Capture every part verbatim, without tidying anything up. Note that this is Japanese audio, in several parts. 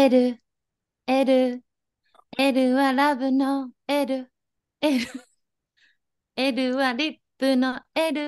L、L、L はラブの L、L、L はリップの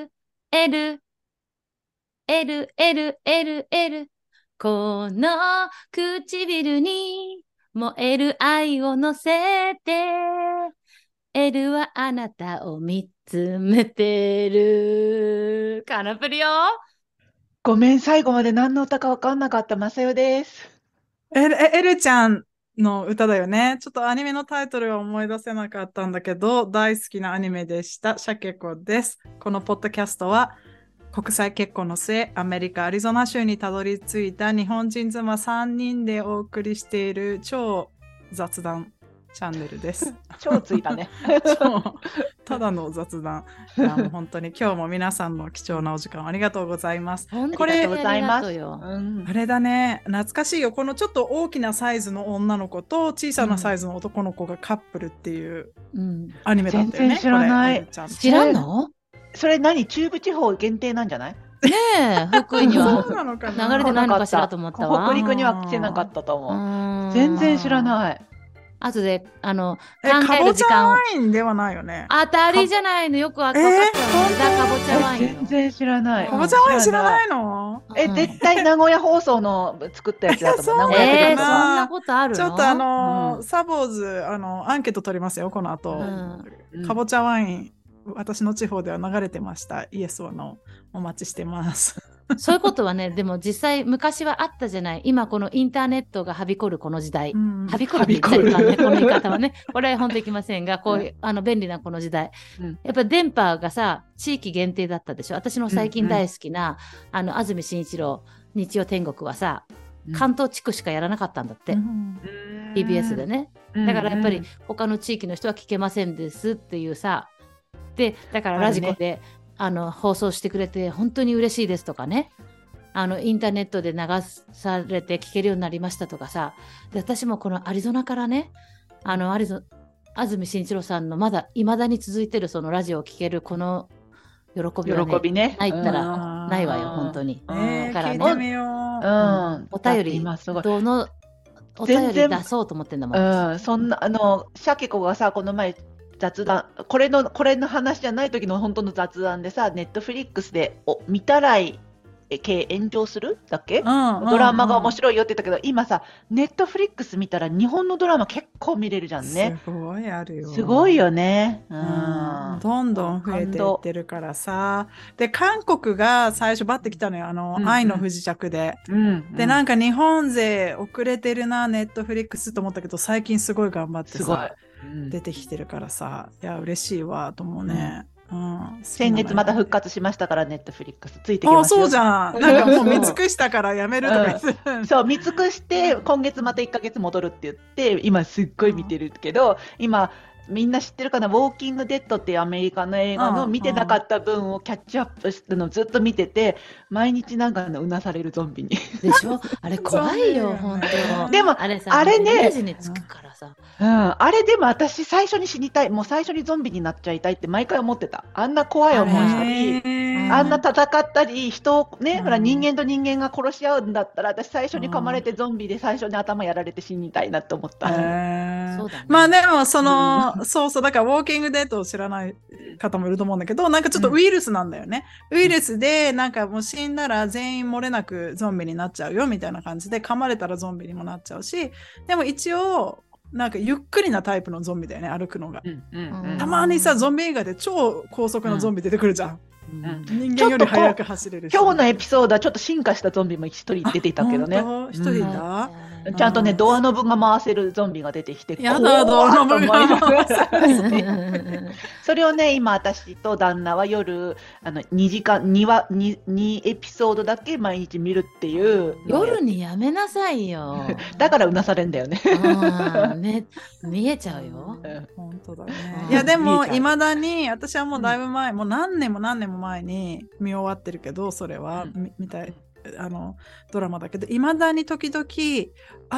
L、L、L、L、L、L。この唇に燃える愛を乗せて、L はあなたを見つめてる。カナプリよ。 ごめん、最後まで何の歌か分かんなかった。まさよです。 エル、エルちゃんの歌だよね。ちょっとアニメのタイトルは思い出せなかったんだけど、大好きなアニメでした。シャケコです。このポッドキャストは、国際結婚の末、アメリカ・アリゾナ州にたどり着いた日本人妻さんにんでお送りしている超雑談チャンネルです。 超ついたね。 超ただの雑談。いやもう本当に今日も皆さんの貴重なお時間ありがとうございます。 本当これありがとうございます。 ありがとうよ。 うん、 あれだね、懐かしいよ。このちょっと大きなサイズの女の子と小さなサイズの男の子がカップルっていううん、 アニメだったよね。 全然知らないこれエルちゃん知らんの？ それ何中部地方限定なんじゃない？ ねえ、福井にはそうなのかな。 流れてないのかしらと思ったわ。 北陸には来てなかったとう思う。 ーん全然知らない。 後であのえ、 考えかぼちゃる時間を。 ワインではないよね。 当たりじゃないの。よくわかったえーわね。ザ・かぼちゃワインよ。 全然知らない。 かぼちゃワイン知らないの？ え、絶対名古屋放送の作ったやつだと思う。名古屋テレえー、そビとか。 んなことあるの？ ちょっとあのーうん、 サボーズあのアンケート取りますよこの後、 うんかぼちゃワイン私の地方では流れてました。イエスはのお待ちしてます。 そういうことはね、でも実際昔はあったじゃない。今このインターネットがはびこるこの時代。 うん、 はびこるって言っちゃいかんね、 はびこるこの言い方はね。これは本当にいきませんが、こういうあの便利なこの時代。 うんやっぱり電波がさ、地域限定だったでしょ。私の最近大好きな、あの安住紳一郎日曜天国はさ、関東地区しかやらなかったんだって。 うん、 ティービーエス でね。 うんだからやっぱり他の地域の人は聞けませんですっていうさ。で、だからラジコであ、ね、の放送してくれて本当に嬉しいですとかね。あのインターネットで流されて聞けるようになりましたとかさ。で、私もこのアリゾナからね、あのアリゾ安住紳一郎さんのまだいまだに続いてるそのラジオを聞けるこの喜びはね、 喜びね。 ないったら、 うんないわよ本当に。 うんえー、 だからね聞いてみよう。 うん。 お便り今すごい。 どのお便り全然出そうと思ってんだもん。 うん、そんなあのシャケ子がさこの前雑談これのこれの話じゃない時の本当の雑談でさネットフリックスでお見たらい系炎上するだっけ、 うんうん、 ドラマが面白いよって言ったけど今さネットフリックス見たら日本のドラマ結構見れるじゃんね。 すごいあるよ。 すごいよね。ううんん、 どんどん増えていってるからさ。で、韓国が最初バッて来たのよ。あの、 うんうん愛の不時着で。 うんうんで、なんか日本勢遅れてるな、ネットフリックスと思ったけど、最近すごい頑張ってすごい、 さ、 うん出てきてるからさ、いや、嬉しいわ、と思うね。うん、 先月また復活しましたからネットフリックスついてきあ、 ますよ。 そうじゃん。なんかもう見尽くしたからやめるとか言ってうん、そう見尽くして今月またいっかげつ戻るって言って今すっごい見てるけど、今みんな知ってるかな、ウォーキングデッドっていうアメリカの映画のうん見てなかった分をキャッチアップしてのずっと見てて毎日なんかうなされるゾンビにでしょ？あれ怖いよ、 そう本当。 でもあれさ、 あれねイメージにつくからさ。 うん、あれでも私最初に死にたい、もう最初にゾンビになっちゃいたいって毎回思ってた。あんな怖い思いしたり、 へーあんな戦ったり人をね、 うんほら人間と人間が殺し合うんだったら私最初に噛まれてゾンビで最初に頭やられて死にたいなって思った。 へーそうだね。 まあでもその、そうそうだからウォーキングデッドを知らない方もいると思うんだけど、なんかちょっとウイルスなんだよね、うん、ウイルスでなんかもう死んだら全員漏れなくゾンビになっちゃうよみたいな感じで、噛まれたらゾンビにもなっちゃうし、でも一応なんかゆっくりなタイプのゾンビだよね、歩くのが、 うんうんうん、 たまにさゾンビ映画で超高速のゾンビ出てくるじゃん、 うんうん、 人間より速く走れるし。 今日のエピソードはちょっと進化したゾンビも一人出ていたけどね。 一人いた、 うん、ちゃんとねドアノブが回せるゾンビが出てきて、 やだドアノブが回せるそれをね今私と旦那は夜あのにじかん 2, 話 2, 2エピソードだけ毎日見るっていう夜にやめなさいよだからうなされんだよねね、見えちゃうよ、 うん、本当だね。いやでもいまだに私はもうだいぶ前、うん、もう何年も何年も前に見終わってるけど、それは、うん、見たいあのドラマだけど、いまだに時々あ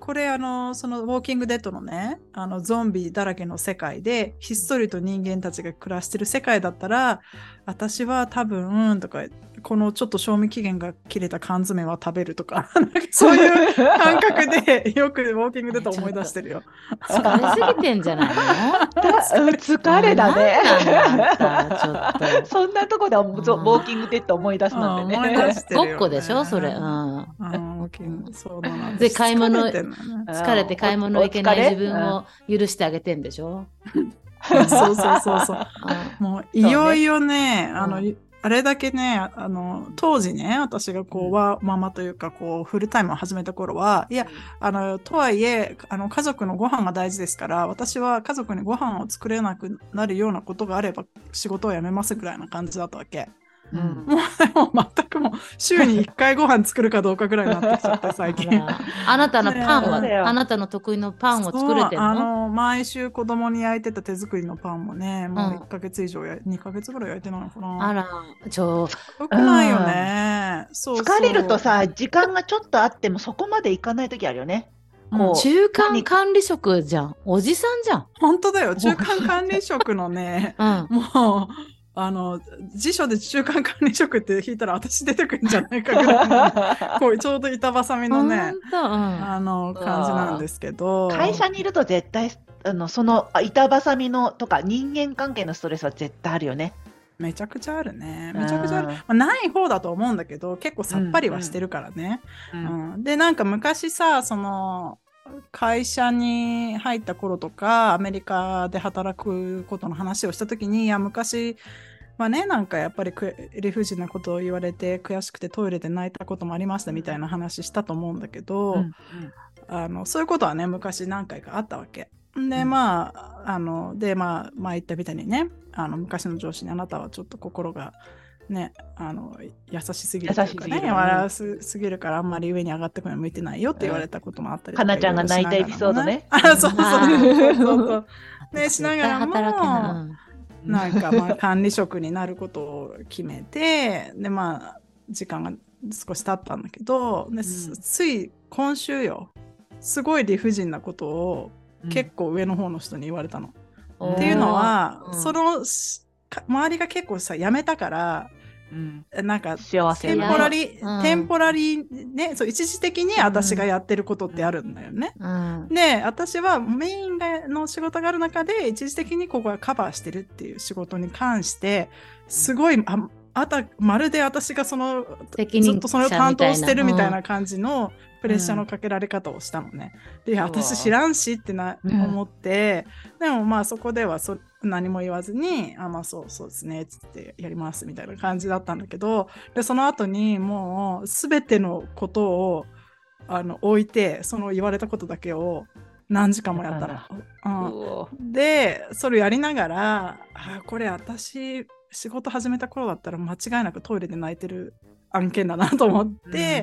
これあのそのウォーキングデッドのね、あのゾンビだらけの世界でひっそりと人間たちが暮らしてる世界だったら、私は多分とか、このちょっと賞味期限が切れた缶詰は食べるとか、なんかそういう感覚でよくウォーキングデッド思い出してるよ。 疲れすぎてんじゃないの？ 疲れだね。 なんなのあんたちょっと。 そんなとこでウォーキングデッド思い出すなんてね。 思い出してるよ、ね。 ごっこでしょそれ。うん。 うん、ウォーキング、そうなんで、買い物、 疲れてんのね、 疲れて買い物行けない自分を許してあげてんでしょ。 そうそうそうそう。もういよいよね、あの、あれだけね、あの、当時ね、私がこう、は、ママというか、こう、フルタイムを始めた頃は、いや、あの、とはいえ、あの、家族のご飯が大事ですから、私は家族にご飯を作れなくなるようなことがあれば、仕事を辞めますぐらいな感じだったわけ。うん、もうでも全くもう週にいっかいご飯作るかどうかぐらいになってきちゃって最近。 あ, あなたのパンは、ね、あなたの得意のパンを作れてるの？ あの毎週子供に焼いてた手作りのパンもね、もういっかげつ以上や、うん、にかげつぐらい焼いてないのかな。 あら、ちょよくないよね、うん、そうそう。 疲れるとさ、時間がちょっとあってもそこまでいかない時あるよね。 こう中間管理職じゃん、おじさんじゃん。 本当だよ、中間管理職のね、うん、もうあの辞書で中間管理職って引いたら私出てくるんじゃないかぐらいの、ね、こうちょうど板挟みのね、うん、あの感じなんですけど、 会社にいると絶対あのその板挟みのとか人間関係のストレスは絶対あるよね。 めちゃくちゃあるね。めちゃくちゃある。まあ、ない方だと思うんだけど、結構さっぱりはしてるからね。うんうんうん、でなんか昔さ、その会社に入った頃とかアメリカで働くことの話をした時に、いや昔はね、なんかやっぱり理不尽なことを言われて悔しくてトイレで泣いたこともありましたみたいな話したと思うんだけど、うんうん、あのそういうことはね昔何回かあったわけで、まああのでまあまあ言ったみたいにね、あの昔の上司にあなたはちょっと心がね、あの優しすぎるというかね、柔らかすぎるからあんまり上に上がってくるの向いてないよって言われたこともあったりとか、 かなちゃんが泣いたエピソードね。 あ、そうそうそうそうそうね、しながらもなんかまあ管理職になることを決めて、でまあ時間が少し経ったんだけど、で、うん、つい今週よ、すごい理不尽なことを結構上の方の人に言われたの。うん、っていうのは、うん、その周りが結構さ辞めたから、うん、なんか幸せテンポラリー、うん、テンポラリーね、そう一時的に私がやってることってあるんだよね。うんうん、で私はメインの仕事がある中で一時的にここはカバーしてるっていう仕事に関してすごい あ, あたまるで私がそのずっとそれを担当してるみたいな感じのプレッシャーのかけられ方をしたのね。で私知らんしってな、うん、思ってでもまあそこではそ何も言わずにあまあそうそうですねっつってやりますみたいな感じだったんだけど、でその後にもう全てのことをあの置いてその言われたことだけを何時間もやったの、うん、でそれやりながらあこれ私仕事始めた頃だったら間違いなくトイレで泣いてる案件だなと思って、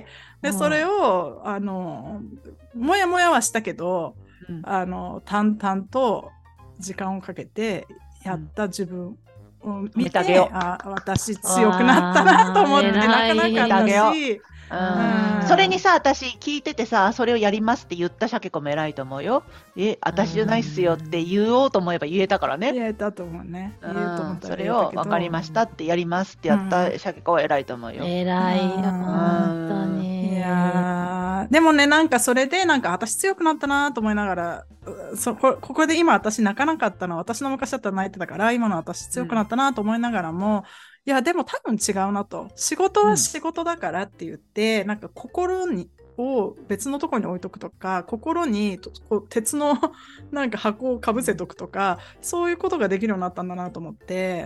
うん、でそれをあのもやもやはしたけど、うん、あの淡々と時間をかけてやった自分を見て、うん、あ私強くなったなと思ってなかなかだし、 うん、それにさ私聞いててさそれをやりますって言ったシャケ子も偉いと思うよ。え私じゃないっすよって言おうと思えば言えたからね。 言えたと思うね。言えると思ったらそれを分かりましたってやりますってやったシャケ子は偉いと思うよ。 偉いよ本当に。 いやでもねなんかそれでなんか私強くなったなと思いながらそ こ, ここで今私泣かなかったのは私の昔だったら泣いてたから今の私強くなったなと思いながらも、うん、いやでも多分違うなと仕事は仕事だからって言って、うん、なんか心にを別のところに置いとくとか心にこう鉄のなんか箱をかぶせとくとかそういうことができるようになったんだなと思って、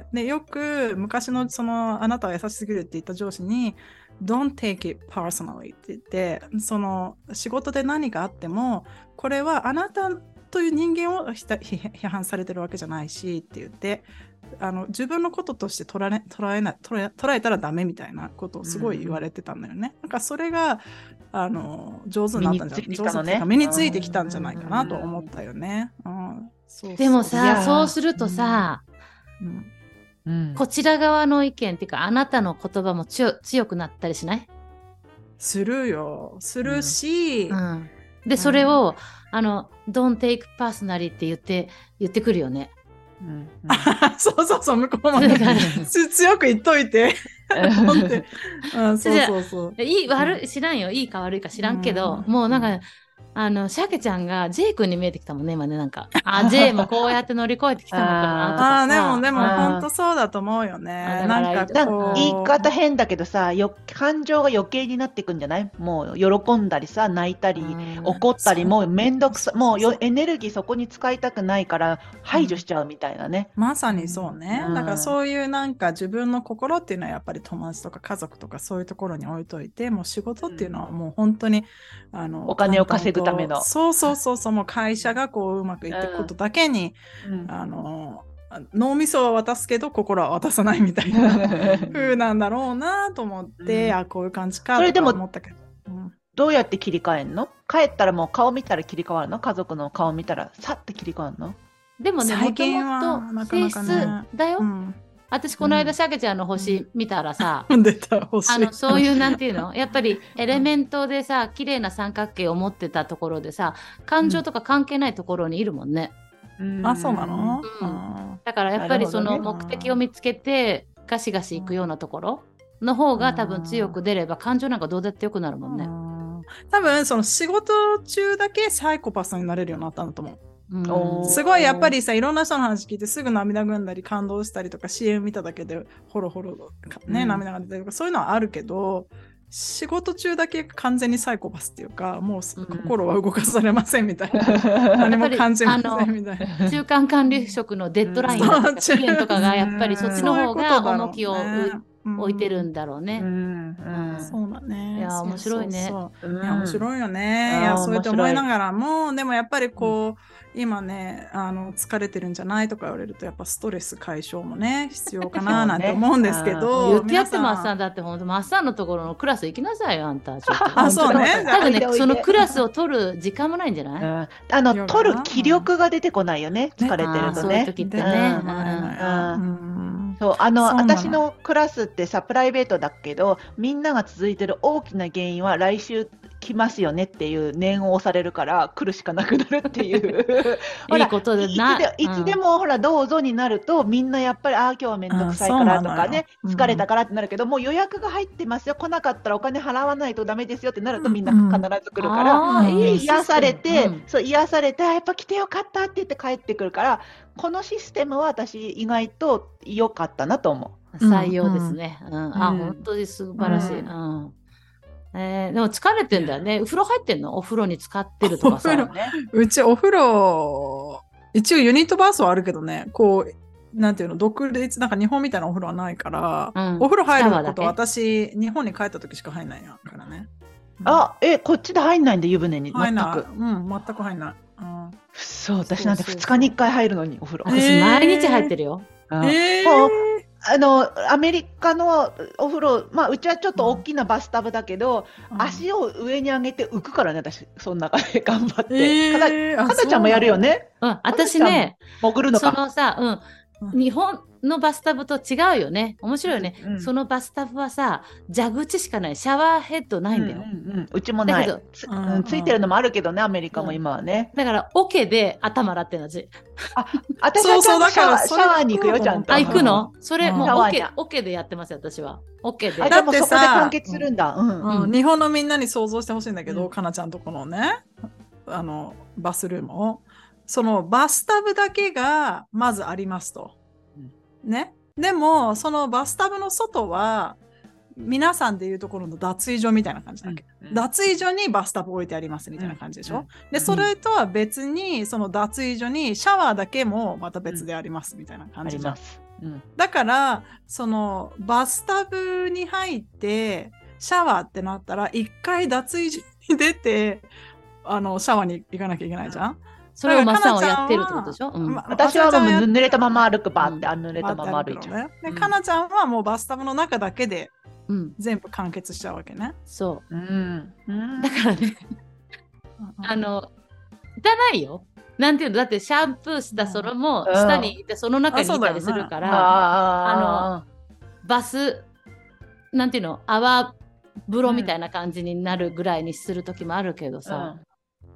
でよく昔のそのあなたは優しすぎるって言った上司にDon't take it personally って言ってその仕事で何があってもこれはあなたという人間を批判されてるわけじゃないしって言ってあの自分のこととして捉え、捉えな、捉え、捉えたらダメみたいなことをすごい言われてたんだよね、うん、なんかそれがあの上手になったんじゃない、ね、上手っていうか身についてきたんじゃないかなと思ったよね、うんうん、そうそうでもさそうするとさ、うんうん、こちら側の意見っていうかあなたの言葉も強くなったりしない？ するよするし、うんうんで、それを、あの、don't take personally って言って、言ってくるよね。 うんうんそうそうそう、向こうもね、つ強く言っといて。思ってうん、そうそうそう。 いい、悪い、知らんよ。いいか悪いか知らんけど、もうなんか、あの、シャケちゃんが J 君に見えてきたもんね、今ね、なんか。あ、J もこうやって乗り越えてきたのかな、とかさ。 ああ、でも、でも、 あー本当そうだと思うよね。 あだからなんかなんかこう、 言い方変だけどさ、よ感情が余計になっていくんじゃない？もう喜んだりさ、泣いたり、 うん怒ったり、 そうもうめんどくさ、もうそうそうよエネルギーそこに使いたくないから排除しちゃうみたいなね。 まさにそうね。 うんだからそういうなんか自分の心っていうのはやっぱり友達とか家族とかそういうところに置いといて、もう仕事っていうのはもう本当に、あのお金を稼ぐための淡々とそうそうそうそう、もう会社がこううまくいっていくことだけに、 うんあの脳みそは渡すけど心は渡さないみたいな風なんだろうなと思って、 うんあこういう感じかとそれでもか思ったけど。うんどうやって切り替えんの？帰ったらもう顔見たら切り替わるの？家族の顔見たらさって切り替わるの？ でもね、もと最近もはなかなと性質かねだよ。 うん私、この間、シャケちゃんの星見たらさ、 出た欲しい。 あの、そういう、なんていうのやっぱり、エレメントでさ、綺麗な三角形を持ってたところでさ、感情とか関係ないところにいるもんね。 あ、そうなの、 うんあだから、やっぱりそのなるほどね目的を見つけて、ガシガシ行くようなところの方が多分強く出れば、感情なんかどうだってよくなるもんね。 ー多分その仕事中だけサイコパスになれるようになったんだと思う。 うんおーすごいやっぱりさ、いろんな人の話聞いてすぐ涙ぐんだり感動したりとか シーエム 見ただけでホロホロね、 うん涙が出たりとかそういうのはあるけど、仕事中だけ完全にサイコパスっていうか、もううん心は動かされませんみたいな。何も感じませんみたいな。 中間管理職のデッドラインだとか期限とかがやっぱりそっちの方が重きを置いてるんだろうね。 うんうんそうだね。 いや面白いねそうそうそううんいや面白いよね。 あーいやそうやって思い面白いながらも、でもやっぱりこう、今ねあの疲れてるんじゃないとか言われるとやっぱストレス解消もね必要かななんて思うんですけど、 言ってやってマッサ皆さんンだって本当マッサンのところのクラス行きなさいよあんた。ちょっとあそうね多分ねおいでおいでそのクラスを取る時間もないんじゃない？ うんあの取る気力が出てこないよね、疲れてあーそういうるとね。 時って出てね。 こないのようんそうあのそうなの私のクラスってさプライベートだけどみんなが続いてる大きな原因は来週来ますよねっていう念を押されるから来るしかなくなるっていうほらいいことでいつな。 でいつでもほらどうぞになるとみんなやっぱりああ今日はめんどくさいからとかねうんそうなのようん疲れたからってなるけどもう予約が入ってますよ来なかったらお金払わないとダメですよってなるとみんな必ず来るから、 あーいいシステム癒されて、 うんそう癒されてあやっぱ来てよかったって言って帰ってくるからこのシステムは私意外と良かったなと思採用ですね。うんあうん本当に素晴らしい。 ううんえーでも疲れてんだよね。お風呂入ってんの？お風呂に使ってるとかさ。 お風呂うね。 うちお風呂一応ユニットバースはあるけどねこうなんていうの独立なんか日本みたいなお風呂はないから、 うんお風呂入ることシャワーだけ私日本に帰った時しか入んないやからね。 あえこっちで入んないんで湯船に全入んない。 く。 うん、全く入んない。うんそう私なんてそうそうそうふつかにいっかい入るのにお風呂。 え私毎日入ってるよ。 うんえーもうあのアメリカのお風呂、まあ、うちはちょっと大きなバスタブだけど、 うん足を上に上げて浮くからね私その中で頑張って、 えーかなあかなちゃんもやるよねうん、私ね、 潜るのかそのさ、うん、 うん日本のバスタブと違うよね。面白いよね。 うんうんそのバスタブはさ、蛇口しかない。シャワーヘッドないんだよ。 うんうんうん、うちもないだけどつ,、 うんうん、ついてるのもあるけどねアメリカも今はね、 だから、桶で頭洗ってるの私。 私はちゃんとシャワーそうそうだからそれシャワーに行くよちゃんとあ、行くのそれ、 うんもうシャワーに桶、桶でやってますよ、私は。桶で。 あだってさでもそこで完結するんだ、うんうんうん日本のみんなに想像してほしいんだけど、 うんかなちゃんとこのねあのバスルームをそのバスタブだけがまずありますと、ねでもそのバスタブの外は皆さんでいうところの脱衣所みたいな感じだっけ、 うん脱衣所にバスタブ置いてありますみたいな感じでしょ、 うんでそれとは別にその脱衣所にシャワーだけもまた別でありますみたいなあ感じじゃん、 ります、うんだからそのバスタブに入ってシャワーってなったら一回脱衣所に出てあのシャワーに行かなきゃいけないじゃん。 それをマッサンはやってるってことでしょ、うんま私はもうまさちゃんやっ濡れたまま歩くばーって、 うんあ濡れたまま歩いちゃう、 ね。で、 うんかなちゃんはもうバスタブの中だけでうん、 全部完結しちゃうわけね。 そうんうんう。だからね、あの、汚いよ。なんていうの、だってシャンプーしたそれもうん下にいてその中にいたりするから、 ああバス、なんていうの、泡風呂みたいな感じになるぐらいにする時もあるけどさ、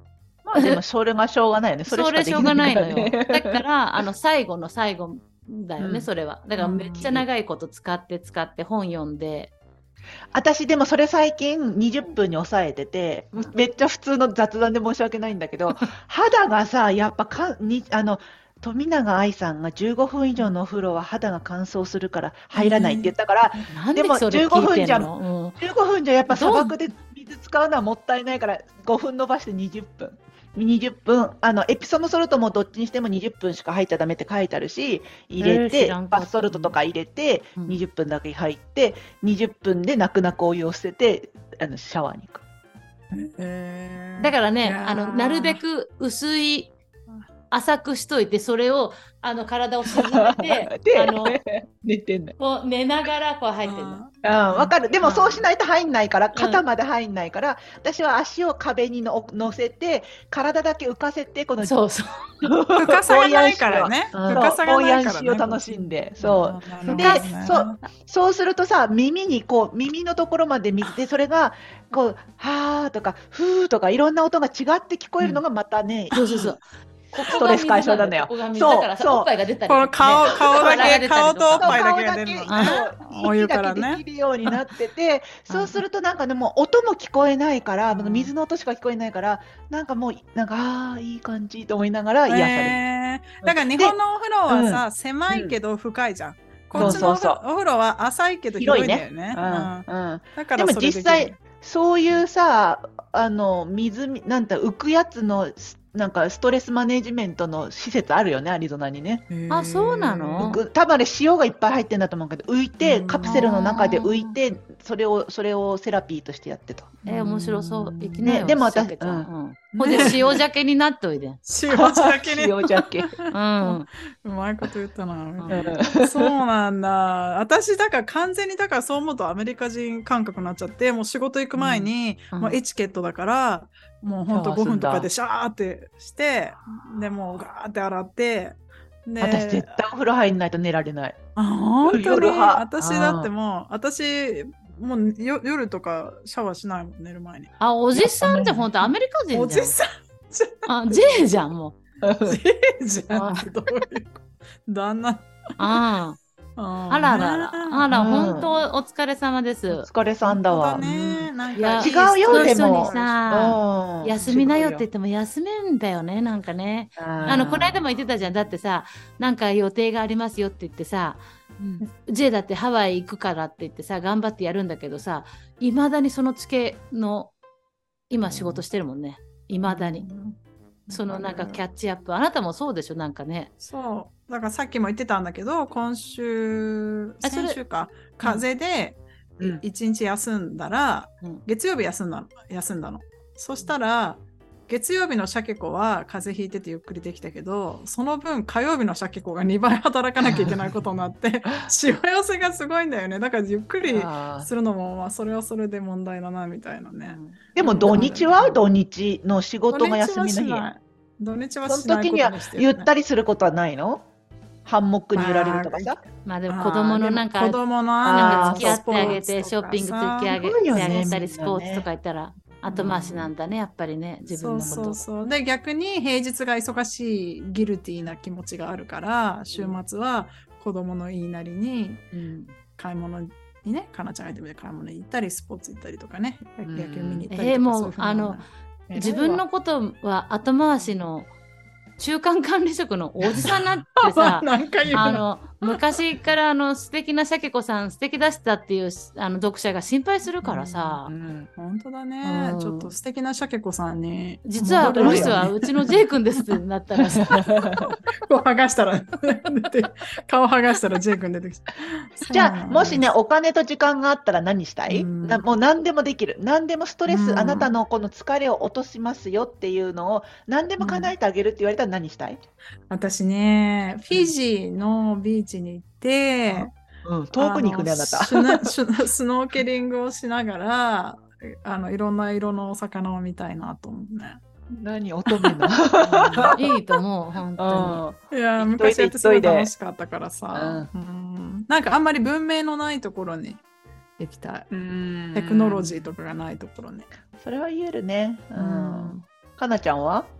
まあでもそれがしょうがないよね。それしそれしょうかできながないいのからね。 よ。だからあの最後の最後だよね、 うんそれは。だからめっちゃ長いこと使って使って本読んで。 私でもそれ最近にじゅっぷんに抑えてて、めっちゃ普通の雑談で申し訳ないんだけど、肌がさ、やっぱかにあの富永愛さんがじゅうごふん以上のお風呂は肌が乾燥するから入らないって言ったから、 なんででもそれ聞いてんの？ じゅうごふんじゃうんじゅうごふんじゃやっぱ砂漠で水使うのはもったいないからごふん伸ばしてにじゅっぷん。にじゅっぷん、あのエプソムソルトもどっちにしてもにじゅっぷんしか入っちゃダメって書いてあるし、入れえー知て、 らんかったバスソルトとか入れて、 うんにじゅっぷんだけ入って、にじゅっぷんで泣く泣くお湯を捨てて、あのシャワーに行く。 えーだからね、 いやーあのなるべく薄い浅くしといて、それをあの体を沈めてであの寝てんのよ。 こう寝ながらこう入ってるの。 うん、わかる。でもうんそうしないと入んないから、肩まで入んないから、私は足を壁にの乗せて、体だけ浮かせて、このそうそう。 深さがないからね。 うん深さがボーヤないからね。 ンシを楽しんで、そう。 うでねそうそうするとさ、耳にこう、耳のところまで水で、それが、こう、はーとか、ふーとか、いろんな音が違って聞こえるのがまたね、 そうそうそう。ここストレス解消なんだよここが水そうだからさ、 そうおっぱいが出たりこのとかね、 顔顔だけ、顔とおっそうぱいだけ顔だけ、 が出るのそうね。お湯息だけからねできるようになってて、そうするとなんかね、もう音も聞こえないから、 うん水の音しか聞こえないから、なんかもう、なんか、ああ、いい感じと思いながら癒される。 えーだから日本のお風呂はさ、狭いけど深いじゃん。こっちのお風そうそう呂お風呂は浅いけど広いんだよね。 うんうんだからでもそれきる実際、そういうさ、あの水みなんて浮くやつのすなんかストレスマネジメントの施設あるよね、アリゾナにね。 あそうなの浮く多分あれ塩がいっぱい入ってんだと思うけど、浮いてうんカプセルの中で浮いて、それをそれをセラピーとしてやってた。 えー、面白そう。いきなよ。 ねでも私鮭ちゃんうんうんほんで塩鮭になっといで。 塩だけね。 塩鮭。 うん。 うまいこと言ったな。 うんそうなんだ。私、だから完全に、だからそう思うとアメリカ人感覚になっちゃって、もう仕事行く前に、 うんもうエチケットだから、もうほんとシャワーすんだごふんとかでシャーってして、でもうガーって洗って、で、 私絶対お風呂入んないと寝られない。 あ、本当に夜派私だってもう、私、もうよ夜とかシャワーしないもん、寝る前に。 あ、おじさんってほんとアメリカ人じゃん。 おじさんじあ、ジェイじゃん、もう。 ゃんじゃん。 あどういうこと旦那。 あああららら。あら、 うんほんとお疲れ様です。 お疲れさんだわ。 本当だね。なんいやか違うよそういう人でもにさ、 うん休みなよって言っても休めんだよね、なんかね。あの、この間も言ってたじゃん。だってさ、なんか予定がありますよって言ってさ、ジェイだってハワイ行くからって言ってさ、頑張ってやるんだけどさ、いまだにそのつけの、今仕事してるもんね。いまだに。そのなんかキャッチアップ。あなたもそうでしょ、なんかね。 そう。だからさっきも言ってたんだけど、今週、 あそれ先週か、風邪でうん一日休んだら、 うん月曜日休んだの。休んだの。そしたら、月曜日のシャケ子は風邪ひいててゆっくりできたけど、その分火曜日のシャケ子がにばい働かなきゃいけないことになって、しわ寄せがすごいんだよね。だからゆっくりあーするのも、まあ、それはそれで問題だな、みたいなね。 でも土日は土日の仕事が休みの日。 土日はそしないの時にはことにしてるねゆったりすることはないの？ハンモックに揺られるとかさ。 まあでも子供のなんか、 あーでも子供のなんあーか付き合ってあげて、ショッピング付き合げすごいよねてあげたり、 みんなねスポーツとか行ったら、後回しなんだね、やっぱりね、自分のこと。 そうそうそうで逆に平日が忙しいギルティーな気持ちがあるから週末は子供の言いなりにうん買い物にねかなちゃんがいて買い物に行ったりスポーツ行ったりとかねうん野球見に行ったりとか、 えーもうそういうふうなあの自分のことは後回しの中間管理職のおじさんになってさなんか言うあなの昔からあの素敵なシャケ子さん素敵だしたっていうあの読者が心配するからさ、 うん本当だね、 うんちょっと素敵なシャケ子さんに実はこの人はうちの J 君ですってなったらさこう剥がしたら出て顔剥がしたら J 君出てきたじゃあもしねお金と時間があったら何したい？ うんなもう何でもできる。何でもストレス、 うんあなたのこの疲れを落としますよっていうのを何でも叶えてあげるって言われたら何したい？ 私ねフィジーのビーチに行って、 うん、遠くに行くねあなた。 シュナシュスノーケリングをしながらあのいろんな色のお魚を見たいなと思うね。 何乙女の。 いいと思う本当に。 いや行っといて昔やってすごい行っといて楽しかったからさ、うんなんかあんまり文明のないところに行きたい。テクノロジーとかがないところに。 それは言えるね。う。 うんんかなちゃんは？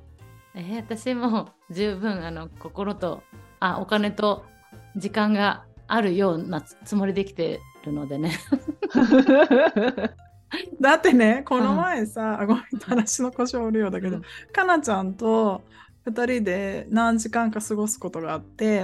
えー私も十分あの心とあお金と時間があるようなつもりできてるのでね。 だってね、この前さ、あごめん、話の腰折るようだけど、 うんかなちゃんとふたりで何時間か過ごすことがあって、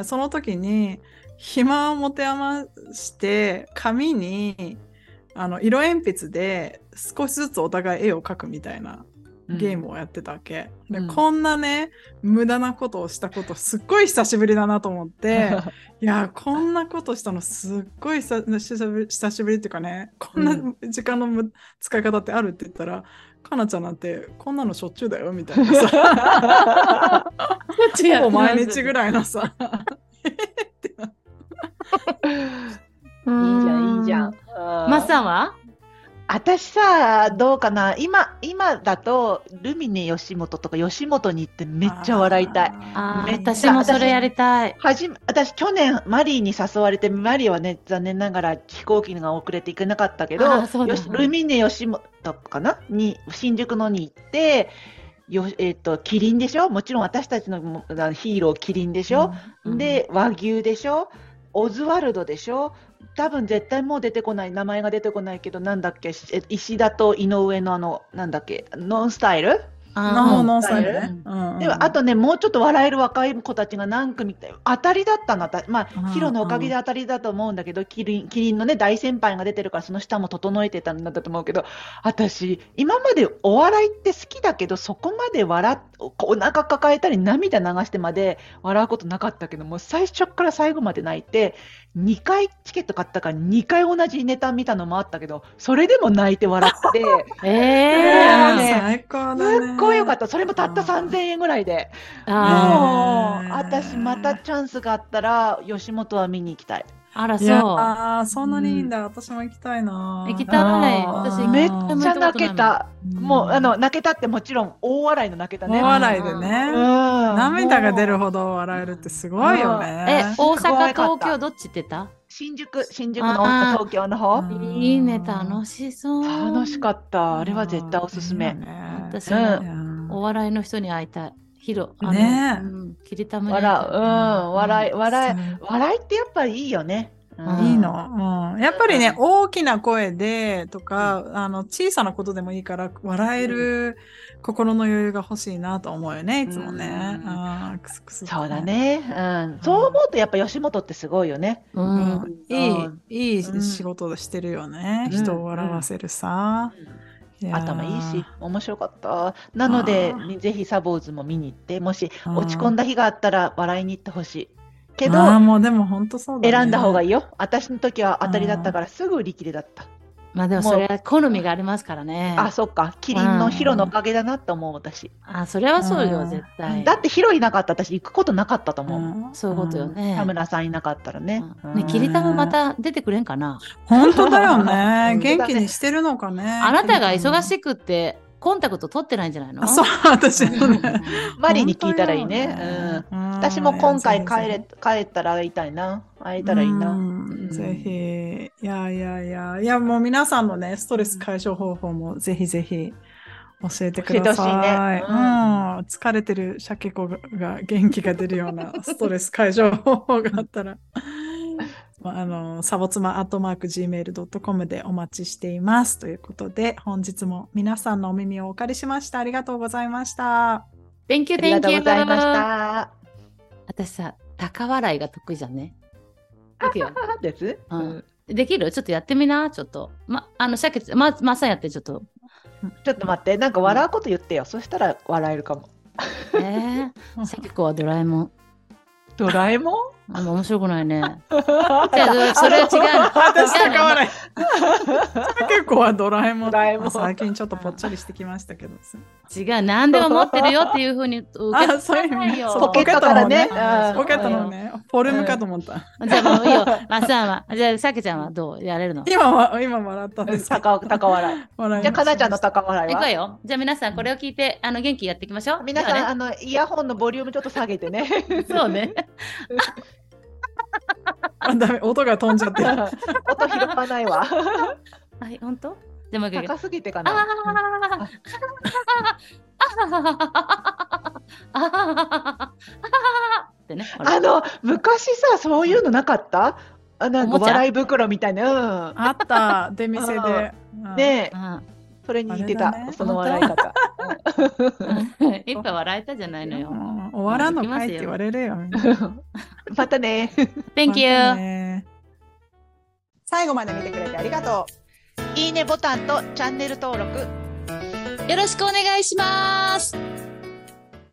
その時に暇を持て余して紙にあの色鉛筆で少しずつお互い絵を描くみたいなゲームをやってたわけ、でうんこんなね無駄なことをしたことすっごい久しぶりだなと思っていやこんなことしたのすっごい久久しぶり久しぶりっていうかね、こんな時間のむ使い方ってあるって言ったら、かなちゃんなんてこんなのしょっちゅうだよみたいなさほぼ毎日ぐらいのさってないいじゃんいいじゃん。 マッサンは私さ、どうかな、今、今だと、ルミネ吉本とか吉本に行ってめっちゃ笑いたい。 あーめっちゃ私もそれやりたい。 はじめ、私、去年、マリーに誘われて、マリーはね、残念ながら飛行機が遅れて行けなかったけど、 あーそうだよしルミネ吉本かなに、新宿のに行って、よえっと、キリンでしょ、もちろん私たちのもあヒーロー、キリンでしょ、 うんで、和牛でしょ、オズワルドでしょ、多分絶対もう出てこない、名前が出てこないけど、なんだっけ、え石田と井上のあの、なんだっけ、ノンスタイルあノーーノースタイルうんね。うんうんでもあとね、もうちょっと笑える若い子たちが何組って当たりだったの、あたまうんあ、ヒロのおかげで当たりだと思うんだけど、キリン、キリンのね、大先輩が出てるから、その下も整えてたんだと思うけど、私、今までお笑いって好きだけど、そこまで笑っ、お腹抱えたり涙流してまで笑うことなかったけども、最初から最後まで泣いて、にかいチケット買ったからにかい同じネタ見たのもあったけど、それでも泣いて笑って、 えーもうね最高だね。 すっごいよかった。それもたったさんぜんえんぐらいで。 あもう、私またチャンスがあったら、吉本は見に行きたい。 ーあらいやそうーそんなにいいんだ、私も行きたいな。 行きたい。 あー私めっ一回もちゃ行ったことないもん泣けた。 うんもう、あの、泣けたってもちろん、大笑いの泣けたね。 大笑いでうん。 ね。涙が出るほど笑えるってすごいよえね。 大阪すごいかった東京どっちって言った？ 新宿、新宿のあー東京の方。 うんいいね楽しそう。 楽しかった。あれは絶対おすすめ。 私うんもお笑いの人に会いたい。ヒロ、あのねえうん、キリタムに笑う。 会いたい。 うん。笑い、笑い、 そう笑いってやっぱりいいよね。うんいいの、うん、やっぱりね、 うん大きな声でとか、あの小さなことでもいいから笑える心の余裕が欲しいなと思うよねいつもね、 うんあークスクスそうだね。うん。そう思うとやっぱ吉本ってすごいよね。 ううんん。 いいうんいいうん仕事してるよね、 うん人を笑わせるさ、いやー頭いいし、面白かった。なのであー、 ぜひサボーズも見に行って、もしあー落ち込んだ日があったら笑いに行ってほしい。けど、 あーもうでも本当そうだね選んだ方がいいいよ。私の時は当たりだったからすぐ売り切れだった。 まあでもそれは好みがありますからね。 あ、そっか。キリンのヒロのおかげだなって思う、私。 あ、それはそうよ、 うん絶対。 だってヒロいなかったら私行くことなかったと思うもん。 そういうことよね。 田村さんいなかったらね。 うんね、キリタムまた出てくれんかな。 本当だよね本当だね元気にしてるのかねあなたが忙いしくってコンタクト取ってないんじゃないの？ あそう私のねマリーに聞いたらいいね。 本当ようん。 うん私も今回いや帰れ、帰ったら会いたいな。会えたらいいな。 うんぜひいやいやいやいやもう皆さんのねストレス解消方法もぜひぜひ教えてください。 教えてほしいねうんうん疲れてるシャケ子が元気が出るようなストレス解消方法があったらまああのサボツマアットマーク ジーメールドットコム でお待ちしていますということで本日も皆さんのお耳をお借りしました。ありがとうございました。 Thank you, ありが thank とう you. ございました。 私さ、高笑いが得意じゃんね。いくよ。 です。 ううんん。 できる？ちょっとやってみな、ちょっと。ま、あの、シャケ、ま、まっさんやって、ちょっと。 ちょっと待って、なんか笑うこと言ってよ。そしたら笑えるかも。 えー、シャケ子はドラえもん。 ドラえもんあの、面白くないね。 じじゃあ、それ違うの。 私違うの高笑い。シャケ子はドラえもん。 ドラえもん最近ちょっとぽっちゃりしてきましたけど。 違う、何でも持ってるよっていうふうに受けあ、そういう意味ね。 ないよ。 そうポケットからねポケットの方うんポケットのね、フォルムかと思った。 じゃあもういいよ。まっさんは。じゃあ、シャケちゃんはどうやれるの？ 今は、今笑ったんですけど。 高高笑い。 笑いじゃあ、かなちゃんの高笑いはいくわよ。じゃあ皆さんこれを聞いて、あの元気にやっていきましょう。 皆さん、 ではあの、イヤホンのボリュームちょっと下げてね。 ね、そうね。 あダメ、音が飛んじゃってる。 音拾わないわ。 はい、本当？じゃあもう一回。 高すぎてかあな。 ああはははははってね。 あの、昔さ、そういうのなかった？あ、なんかおもちゃ笑い袋みたいな。うん。 あった、出店で。うんねえ、 うんそれに似てた、 あれだねその笑い方。 いっぱい笑えたじゃないのよ。 うん終わらんのかいって言われるよ。みんなまたね。 Thank また you! ね最後まで見てくれてありがとう。 いいねボタンとチャンネル登録よろしくお願いします。